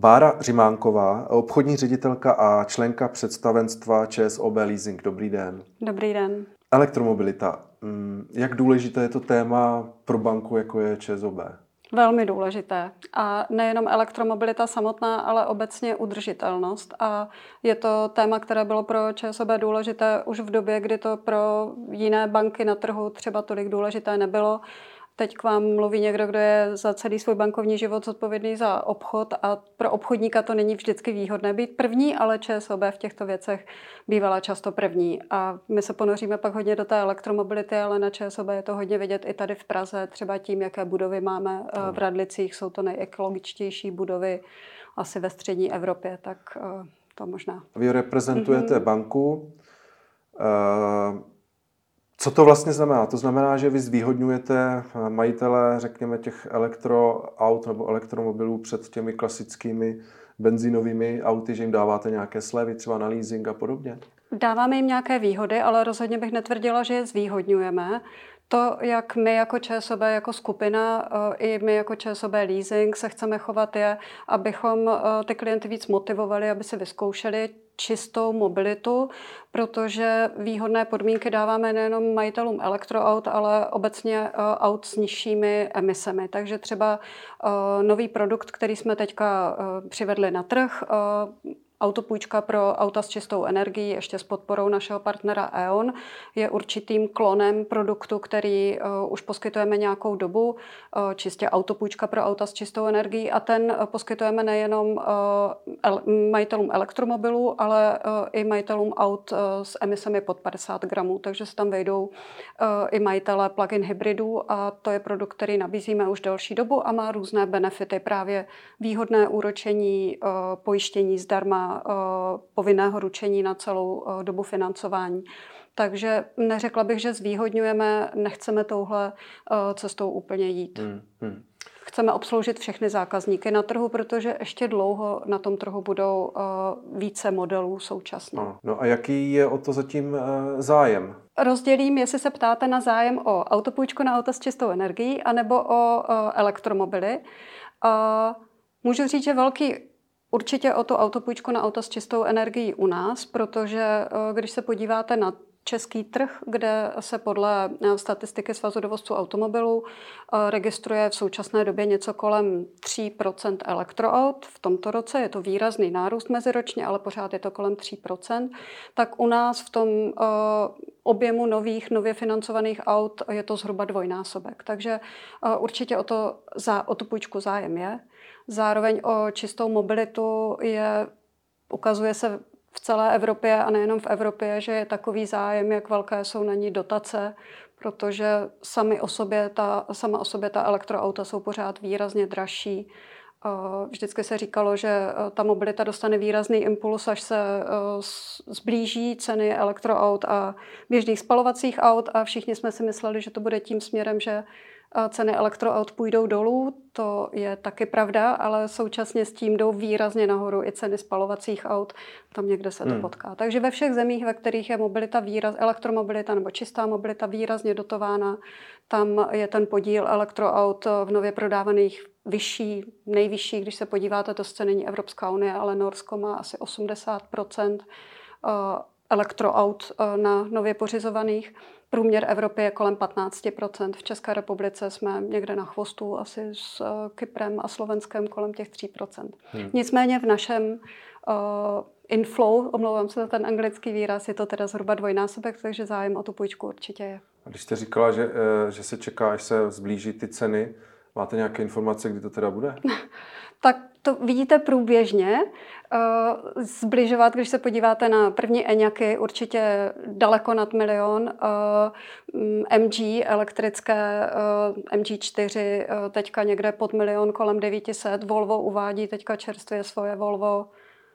Bára Řimánková, obchodní ředitelka a členka představenstva ČSOB Leasing. Dobrý den. Dobrý den. Elektromobilita. Jak důležité je to téma pro banku, jako je ČSOB? Velmi důležité. A nejenom elektromobilita samotná, ale obecně udržitelnost. A je to téma, které bylo pro ČSOB důležité už v době, kdy to pro jiné banky na trhu třeba tolik důležité nebylo. Teď k vám mluví někdo, kdo je za celý svůj bankovní život zodpovědný za obchod a pro obchodníka to není vždycky výhodné být první, ale ČSOB v těchto věcech bývala často první. A my se ponoříme pak hodně do té elektromobility, ale na ČSOB je to hodně vidět i tady v Praze, třeba tím, jaké budovy máme v Radlicích. Jsou to nejekologičtější budovy asi ve střední Evropě, tak to možná. Vy reprezentujete banku. Co to vlastně znamená? To znamená, že vy zvýhodňujete majitele, řekněme, těch elektroaut nebo elektromobilů před těmi klasickými benzínovými auty, že jim dáváte nějaké slevy třeba na leasing a podobně? Dáváme jim nějaké výhody, ale rozhodně bych netvrdila, že je zvýhodňujeme. To, jak my jako ČSOB, jako skupina, i my jako ČSOB Leasing se chceme chovat, je, abychom ty klienty víc motivovali, aby si vyzkoušeli čistou mobilitu, protože výhodné podmínky dáváme nejenom majitelům elektroaut, ale obecně aut s nižšími emisemi. Takže třeba nový produkt, který jsme teďka přivedli na trh, autopůjčka pro auta s čistou energií, ještě s podporou našeho partnera E.ON, je určitým klonem produktu, který už poskytujeme nějakou dobu, čistě autopůjčka pro auta s čistou energií, a ten poskytujeme nejenom majitelům elektromobilů, ale i majitelům aut s emisemi pod 50 gramů, takže se tam vejdou i majitelé plug-in hybridů a to je produkt, který nabízíme už delší dobu a má různé benefity, právě výhodné úročení, pojištění zdarma, povinného ručení na celou dobu financování. Takže neřekla bych, že zvýhodňujeme, nechceme touhle cestou úplně jít. Chceme obsloužit všechny zákazníky na trhu, protože ještě dlouho na tom trhu budou více modelů současně. No a jaký je o to zatím zájem? Rozdělím, jestli se ptáte na zájem o autopůjčku na auta s čistou energií anebo o elektromobily. Můžu říct, že určitě o tu autopůjčku na auta s čistou energií u nás, protože když se podíváte na český trh, kde se podle statistiky Svazu dovozců automobilů registruje v současné době něco kolem 3% elektroaut. V tomto roce je to výrazný nárůst meziročně, ale pořád je to kolem 3%. Tak u nás v tom objemu nově financovaných aut je to zhruba dvojnásobek. Takže určitě o tu půjčku zájem je. Zároveň o čistou mobilitu ukazuje se v celé Evropě a nejenom v Evropě, že je takový zájem, jak velké jsou na ní dotace, protože sama o sobě ta elektroauta jsou pořád výrazně dražší. Vždycky se říkalo, že ta mobilita dostane výrazný impuls, až se zblíží ceny elektroaut a běžných spalovacích aut a všichni jsme si mysleli, že to bude tím směrem, že ceny elektroaut půjdou dolů, to je taky pravda, ale současně s tím jdou výrazně nahoru i ceny spalovacích aut, tam někde se to potká. Takže ve všech zemích, ve kterých je elektromobilita nebo čistá mobilita výrazně dotována, tam je ten podíl elektroaut v nově prodávaných nejvyšší, když se podíváte, to sice není Evropská unie, ale Norsko má asi 80% elektroaut na nově pořizovaných. Průměr Evropy je kolem 15%. V České republice jsme někde na chvostu, asi s Kyprem a Slovenskem kolem těch 3%. Nicméně v našem inflow, omlouvám se za ten anglický výraz, je to teda zhruba dvojnásobek, takže zájem o tu půjčku určitě je. A když jste říkala, že se čeká, až se zblíží ty ceny, máte nějaké informace, kdy to teda bude? Tak to vidíte průběžně zbližovat, když se podíváte na první Eňaky, určitě daleko nad 1 000 000, MG elektrické, MG4 teďka někde pod 1 000 000, kolem 900, Volvo uvádí teďka čerstvě svoje Volvo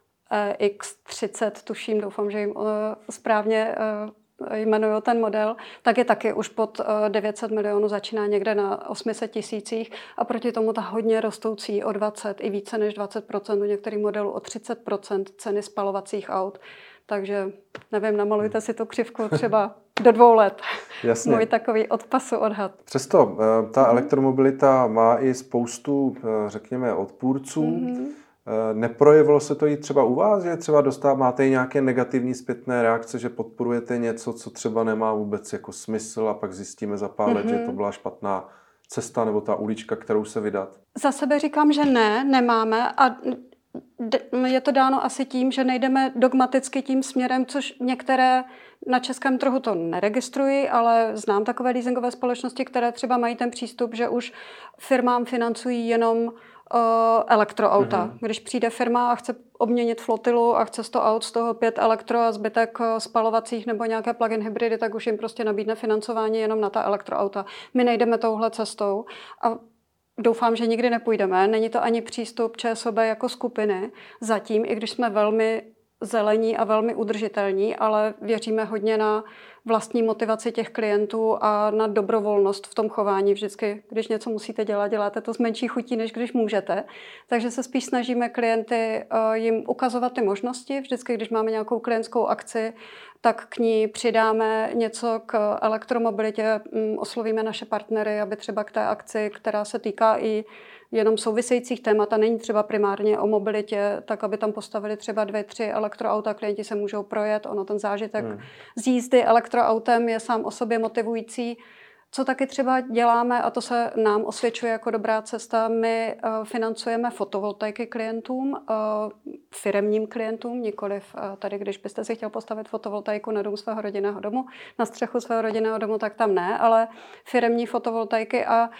X30, tuším, doufám, že jim správně jmenuju ten model, tak je taky už pod 900 milionů, začíná někde na 800 tisících a proti tomu ta hodně rostoucí o 20 i více než 20%, u některých modelů o 30% ceny spalovacích aut. Takže nevím, namalujte si tu křivku třeba do 2 let. Jasně. Můj takový od pasu odhad. Přesto ta elektromobilita má i spoustu, řekněme, odpůrců. Neprojevilo se to i třeba u vás, že třeba máte i nějaké negativní zpětné reakce, že podporujete něco, co třeba nemá vůbec jako smysl a pak zjistíme za pár let, že to byla špatná cesta nebo ta ulička, kterou se vydat? Za sebe říkám, že nemáme a je to dáno asi tím, že nejdeme dogmaticky tím směrem, což některé na českém trhu to neregistrují, ale znám takové leasingové společnosti, které třeba mají ten přístup, že už firmám financují jenom elektroauta. Když přijde firma a chce obměnit flotilu a chce 100 aut, z toho 5 elektro a zbytek spalovacích nebo nějaké plug-in hybridy, tak už jim prostě nabídne financování jenom na ta elektroauta. My nejdeme touhle cestou a doufám, že nikdy nepůjdeme. Není to ani přístup ČSOB jako skupiny. Zatím, i když jsme velmi zelení a velmi udržitelní, ale věříme hodně na vlastní motivaci těch klientů a na dobrovolnost v tom chování. Vždycky, když něco musíte dělat, děláte to s menší chutí, než když můžete. Takže se spíš snažíme klienty jim ukazovat ty možnosti. Vždycky, když máme nějakou klientskou akci, tak k ní přidáme něco k elektromobilitě, oslovíme naše partnery, aby třeba k té akci, která se týká i jenom souvisejících témat a není třeba primárně o mobilitě, tak aby tam postavili třeba 2-3 elektroauta, klienti se můžou projet, ono ten zážitek z jízdy elektroautem je sám o sobě motivující. Co taky třeba děláme, a to se nám osvědčuje jako dobrá cesta, my financujeme fotovoltaiky klientům, firemním klientům, nikoliv tady, když byste si chtěl postavit fotovoltaiku na dům svého rodinného domu, na střechu svého rodinného domu, tak tam ne, ale firemní fotovoltaiky a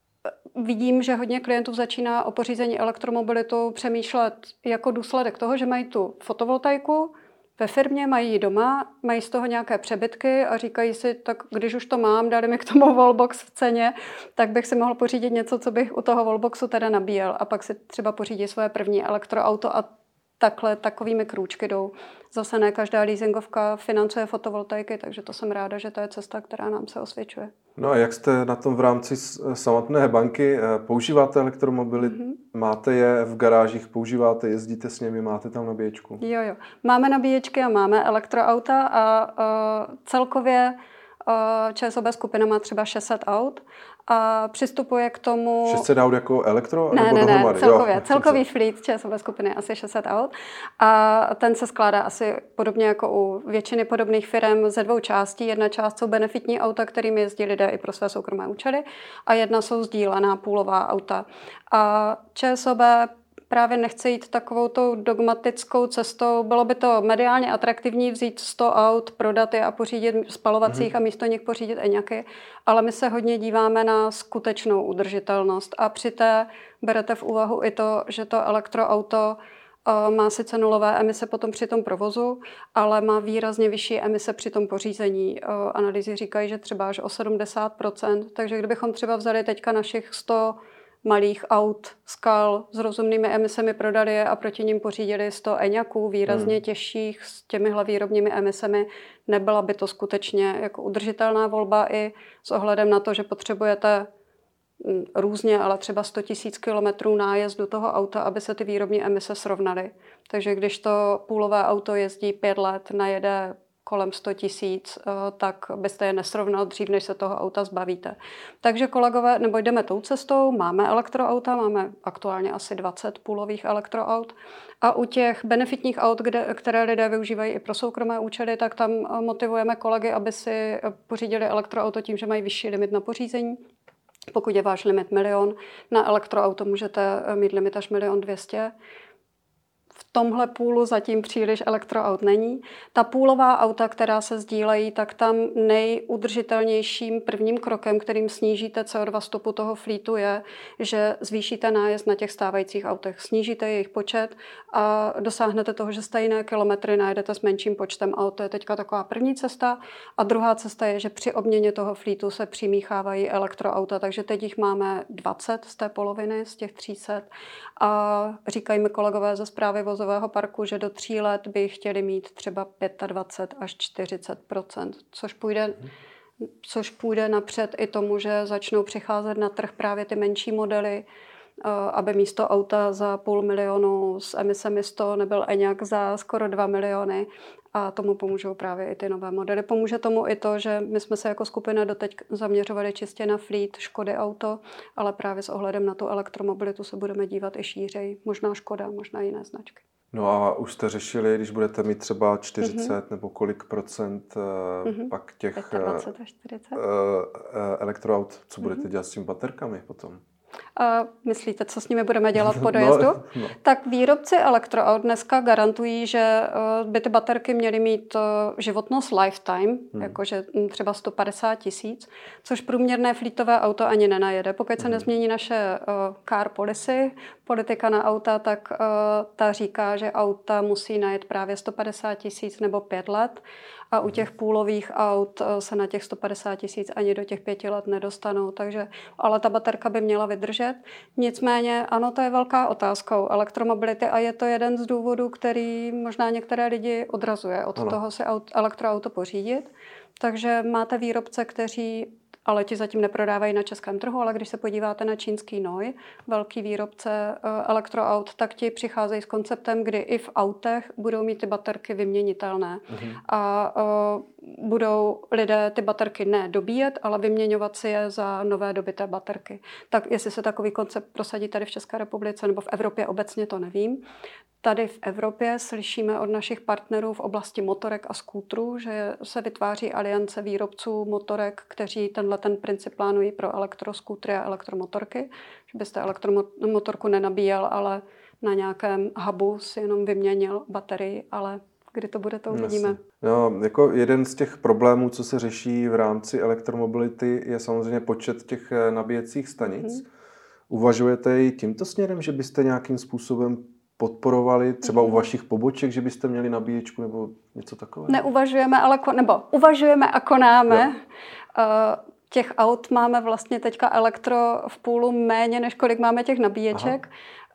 vidím, že hodně klientů začíná o pořízení elektromobilitu přemýšlet jako důsledek toho, že mají tu fotovoltaiku ve firmě, mají ji doma, mají z toho nějaké přebytky a říkají si, tak když už to mám, dali mi k tomu wallbox v ceně, tak bych si mohl pořídit něco, co bych u toho wallboxu teda nabíjel a pak si třeba pořídí svoje první elektroauto a takovými krůčky jdou. Zase ne každá leasingovka financuje fotovoltaiky, takže to jsem ráda, že to je cesta, která nám se osvědčuje. No a jak jste na tom v rámci samotné banky? Používáte elektromobily? Máte je v garážích, používáte, jezdíte s nimi, máte tam nabíječku? Jo. Máme nabíječky a máme elektroauta a celkově ČSOB skupina má třeba 600 aut a přistupuje k tomu... 600 aut jako elektro? Ne, celkově. Celkový fleet ČSOB skupiny je asi 600 aut a ten se skládá asi podobně jako u většiny podobných firm ze dvou částí. Jedna část jsou benefitní auta, kterými jezdí lidé i pro své soukromé účely a jedna jsou sdílená půlová auta. A ČSOB právě nechce jít takovou tou dogmatickou cestou. Bylo by to mediálně atraktivní vzít 100 aut, prodat je a pořídit spalovacích a místo nich pořídit eňaky, ale my se hodně díváme na skutečnou udržitelnost a při té berete v úvahu i to, že to elektroauto má sice nulové emise potom při tom provozu, ale má výrazně vyšší emise při tom pořízení. Analýzy říkají, že třeba až o 70%, takže kdybychom třeba vzali teďka našich 100 malých aut, skal s rozumnými emisemi, prodali je a proti nim pořídili 100 eňaků výrazně těžších s těmihle výrobními emisemi. Nebyla by to skutečně jako udržitelná volba i s ohledem na to, že potřebujete různě, ale třeba 100 000 kilometrů nájezdu toho auta, aby se ty výrobní emise srovnaly. Takže když to půlové auto jezdí 5 let, najede kolem 100 000, tak byste je nesrovnal dřív, než se toho auta zbavíte. Takže kolegové, nebo jdeme tou cestou, máme elektroauta, máme aktuálně asi 20 půlových elektroaut a u těch benefitních aut, které lidé využívají i pro soukromé účely, tak tam motivujeme kolegy, aby si pořídili elektroauto tím, že mají vyšší limit na pořízení. Pokud je váš limit 1 000 000, na elektroauto můžete mít limit až 1 200 000. V tomhle půlu zatím příliš elektroaut není. Ta půlová auta, která se sdílejí, tak tam nejudržitelnějším prvním krokem, kterým snížíte CO2 stopu toho fleetu je, že zvýšíte nájezd na těch stávajících autech. Snížíte jejich počet a dosáhnete toho, že stejné kilometry najdete s menším počtem aut. To je teďka taková první cesta. A druhá cesta je, že při obměně toho fleetu se přimíchávají elektroauta, takže teď jich máme 20 z té poloviny, z těch 300. A říkají mi kolegové ze správy vozového parku, že do 3 let by chtěli mít třeba 25 až 40%, což půjde napřed i tomu, že začnou přicházet na trh právě ty menší modely, aby místo auta za 500 000 s emisemi 100 nebyl eňak za skoro 2 miliony. A tomu pomůžou právě i ty nové modely. Pomůže tomu i to, že my jsme se jako skupina doteď zaměřovali čistě na fleet Škody Auto, ale právě s ohledem na tu elektromobilitu se budeme dívat i šířej. Možná Škoda, možná jiné značky. No a už jste řešili, když budete mít třeba 40 nebo kolik procent pak těch 25 až 40 elektroaut, co budete dělat s těmi baterkami potom? A myslíte, co s nimi budeme dělat po dojezdu? No. Tak výrobci elektroaut dneska garantují, že by ty baterky měly mít životnost lifetime, jakože třeba 150 000, což průměrné fleetové auto ani nenajede. Pokud se nezmění naše car policy, politika na auta, tak ta říká, že auta musí najet právě 150 000 nebo 5 let. A u těch půlových aut se na těch 150 000 ani do těch 5 let nedostanou. Takže, ale ta baterka by měla vydržet. Nicméně, ano, to je velká otázka u elektromobility a je to jeden z důvodů, který možná některé lidi odrazuje od toho si elektroauto pořídit. Takže máte výrobce, kteří ale ti zatím neprodávají na českém trhu, ale když se podíváte na čínský NOI, velký výrobce elektroaut, tak ti přicházejí s konceptem, kdy i v autech budou mít ty baterky vyměnitelné. A budou lidé ty baterky ne dobíjet, ale vyměňovat si je za nové dobité baterky. Tak jestli se takový koncept prosadí tady v České republice nebo v Evropě obecně, to nevím. Tady v Evropě slyšíme od našich partnerů v oblasti motorek a skútrů, že se vytváří aliance výrobců motorek, kteří ten princip plánují pro elektroskútry a elektromotorky. Že byste elektromotorku nenabíjel, ale na nějakém hubu si jenom vyměnil baterii, ale kdy to bude, to uvidíme. No, jako jeden z těch problémů, co se řeší v rámci elektromobility, je samozřejmě počet těch nabíjecích stanic. Uvažujete i tímto směrem, že byste nějakým způsobem podporovali třeba u vašich poboček, že byste měli nabíječku nebo něco takového? Neuvažujeme, uvažujeme a konáme. Těch aut máme vlastně teďka elektro v půlu méně, než kolik máme těch nabíječek.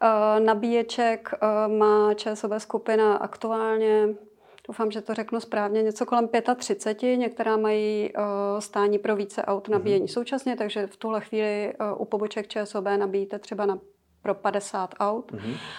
Nabíječek má ČSOB skupina aktuálně, doufám, že to řeknu správně, něco kolem 35. Některá mají stání pro více aut nabíjení současně, takže v tuhle chvíli u poboček ČSOB nabíjíte třeba pro 50 aut.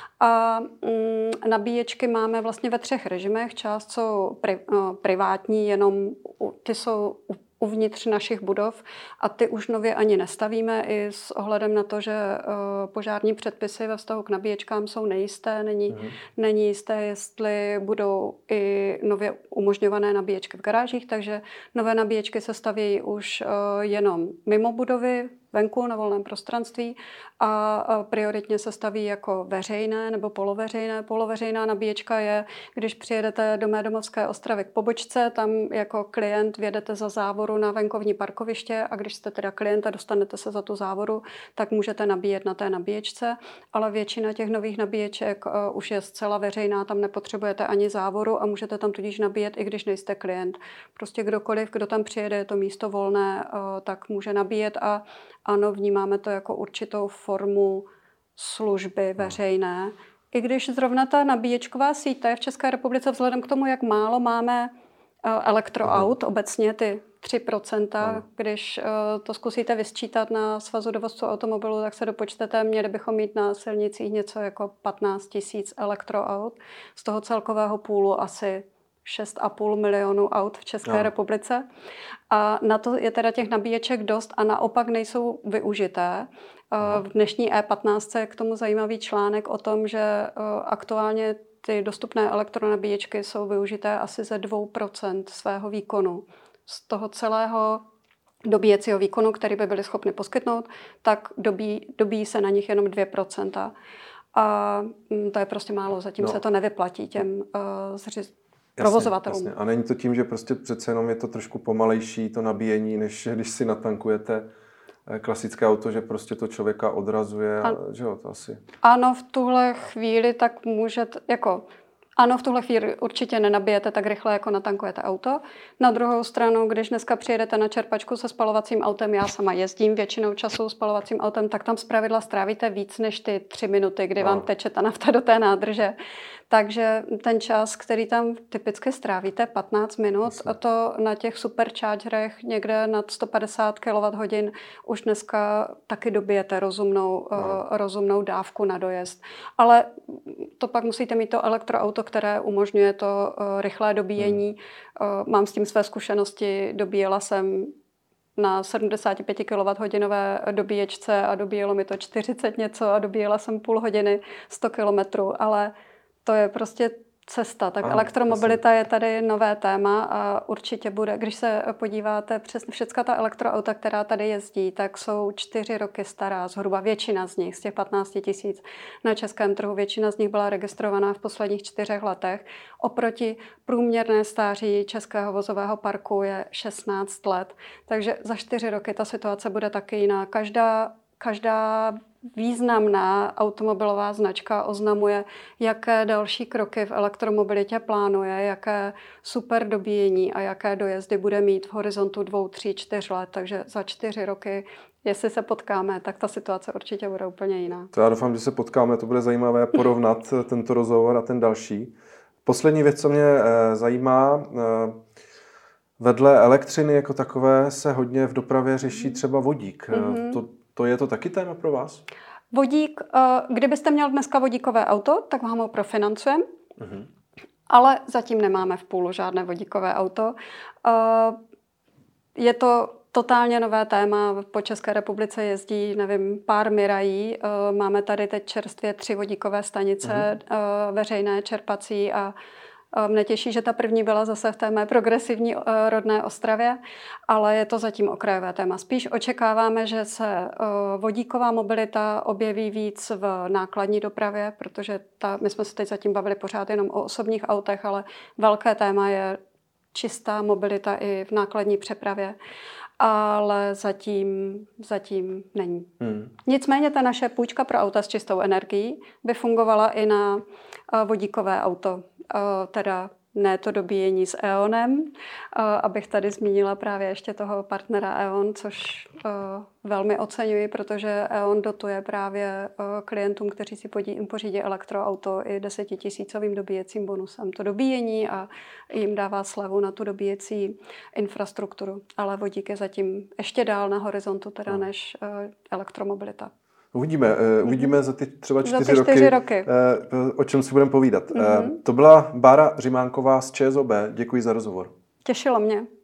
A nabíječky máme vlastně ve 3 režimech. Část jsou privátní, jenom ty jsou uvnitř našich budov a ty už nově ani nestavíme i s ohledem na to, že požární předpisy ve vztahu k nabíječkám jsou nejisté. Není jisté, jestli budou i nově umožňované nabíječky v garážích, takže nové nabíječky se stavějí už jenom mimo budovy, venku na volném prostranství a prioritně se staví jako veřejné nebo poloveřejné. Poloveřejná nabíječka je, když přijedete do mé domovské Ostravy k pobočce, tam jako klient vjedete za závoru na venkovní parkoviště a když jste teda klient a dostanete se za tu závoru, tak můžete nabíjet na té nabíječce, ale většina těch nových nabíječek už je zcela veřejná, tam nepotřebujete ani závoru a můžete tam tudíž nabíjet, i když nejste klient. Prostě kdokoliv, kdo tam přijede, je to místo volné, tak může nabíjet a ano, vnímáme to jako určitou formu služby veřejné. I když zrovna ta nabíječková síť je v České republice vzhledem k tomu, jak málo máme elektroaut, obecně ty 3%, když to zkusíte vysčítat na Svazu dovozců automobilů, tak se dopočtete, měli bychom mít na silnicích něco jako 15 000 elektroaut. Z toho celkového půlu asi 6,5 milionu aut v České republice. A na to je teda těch nabíječek dost a naopak nejsou využité. V dnešní E15 je k tomu zajímavý článek o tom, že aktuálně ty dostupné elektronabíječky jsou využité asi ze 2% svého výkonu. Z toho celého dobíjecího výkonu, který by byli schopni poskytnout, tak dobíjí se na nich jenom 2%. A to je prostě málo. Zatím se to nevyplatí těm provozovatelům. Jasně. A není to tím, že prostě přece jenom je to trošku pomalejší to nabíjení, než když si natankujete klasické auto, že prostě to člověka odrazuje, že jo, to asi. Ano, v tuhle chvíli tak můžete, Ano, v tuhle chvíli určitě nenabijete tak rychle, jako natankujete auto. Na druhou stranu, když dneska přijedete na čerpačku se spalovacím autem, já sama jezdím většinou času spalovacím autem, tak tam zpravidla strávíte víc než ty 3 minuty, kdy vám teče ta nafta do té nádrže. Takže ten čas, který tam typicky strávíte, 15 minut, a to na těch superchargerech někde nad 150 kWh už dneska taky dobijete rozumnou dávku na dojezd. Ale to pak musíte mít to elektroauto, které umožňuje to rychlé dobíjení. Mám s tím své zkušenosti, dobíjela jsem na 75 kWh dobíječce a dobíjelo mi to 40 něco a dobíjela jsem půl hodiny 100 kilometrů, ale to je prostě cesta. Tak elektromobilita je tady nové téma a určitě bude, když se podíváte přes všechna ta elektroauta, která tady jezdí, tak jsou 4 roky stará, zhruba většina z nich, z těch 15 000 na českém trhu, většina z nich byla registrovaná v posledních 4 letech. Oproti průměrné stáří českého vozového parku je 16 let. Takže za 4 roky ta situace bude taky jiná. Každá významná automobilová značka oznamuje, jaké další kroky v elektromobilitě plánuje, jaké super dobíjení a jaké dojezdy bude mít v horizontu 2, 3, 4 let. Takže za 4 roky, jestli se potkáme, tak ta situace určitě bude úplně jiná. To já doufám, že se potkáme, to bude zajímavé porovnat tento rozhovor a ten další. Poslední věc, co mě zajímá, vedle elektřiny jako takové se hodně v dopravě řeší třeba vodík. To je to taky téma pro vás? Vodík, kdybyste měl dneska vodíkové auto, tak vám ho profinancujeme, ale zatím nemáme v půlu žádné vodíkové auto. Je to totálně nové téma, po České republice jezdí, nevím, pár Mirají, máme tady teď čerstvě 3 vodíkové stanice veřejné, čerpací a mne těší, že ta první byla zase v té mé progresivní rodné Ostravě, ale je to zatím okrajové téma. Spíš očekáváme, že se vodíková mobilita objeví víc v nákladní dopravě, protože my jsme se teď zatím bavili pořád jenom o osobních autech, ale velké téma je čistá mobilita i v nákladní přepravě. Ale zatím není. Nicméně ta naše půjčka pro auta s čistou energií by fungovala i na vodíkové auto. Teda ne to dobíjení s E.ONem, abych tady zmínila právě ještě toho partnera E.ON, což velmi oceňuji, protože E.ON dotuje právě klientům, kteří si pořídí elektroauto i 10 000 dobíjecím bonusem to dobíjení a jim dává slevu na tu dobíjecí infrastrukturu. Ale vodík je zatím ještě dál na horizontu teda než elektromobilita. Uvidíme za ty třeba 4 roky, o čem si budeme povídat. To byla Bára Řimánková z ČSOB. Děkuji za rozhovor. Těšilo mě.